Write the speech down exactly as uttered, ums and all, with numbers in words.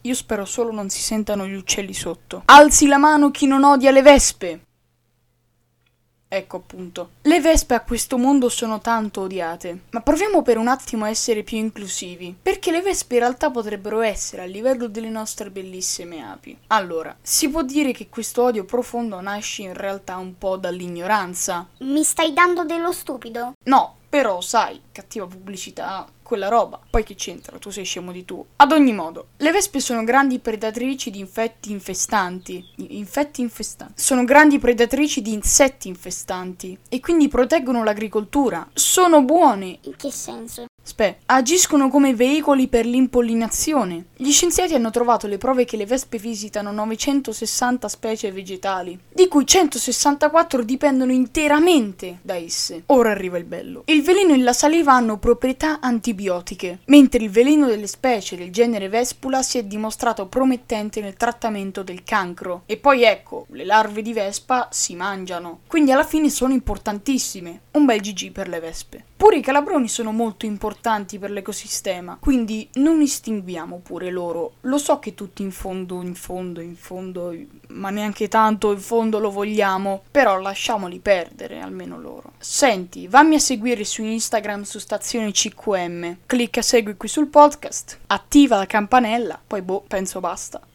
Io spero solo non si sentano gli uccelli sotto. Alzi la mano chi non odia le vespe! Ecco appunto. Le vespe a questo mondo sono tanto odiate. Ma proviamo per un attimo a essere più inclusivi. Perché le vespe in realtà potrebbero essere a livello delle nostre bellissime api. Allora, si può dire che questo odio profondo nasce in realtà un po' dall'ignoranza. Mi stai dando dello stupido? No, però sai, cattiva pubblicità, quella roba. Poi che c'entra? Tu sei scemo di tu. Ad ogni modo, le vespe sono grandi predatrici di infetti infestanti. Infetti infestanti. Sono grandi predatrici di insetti infestanti e quindi proteggono l'agricoltura. Sono buone. In che senso? Spe, agiscono come veicoli per l'impollinazione. Gli scienziati hanno trovato le prove che le vespe visitano novecentosessanta specie vegetali, di cui centosessantaquattro dipendono interamente da esse. Ora arriva il bello. Il veleno e la saliva hanno proprietà antibiotiche, mentre il veleno delle specie del genere Vespula si è dimostrato promettente nel trattamento del cancro. E poi ecco, le larve di vespa si mangiano, quindi alla fine sono importantissime. Un bel G G per le vespe. Pure i calabroni sono molto importanti per l'ecosistema, quindi non estinguiamo pure loro. Lo so che tutti in fondo, in fondo, in fondo, ma neanche tanto in fondo lo vogliamo, però lasciamoli perdere, almeno loro. Senti, vammi a seguire su Instagram su Stazione C Q M, clicca segui qui sul podcast, attiva la campanella, poi boh, penso basta.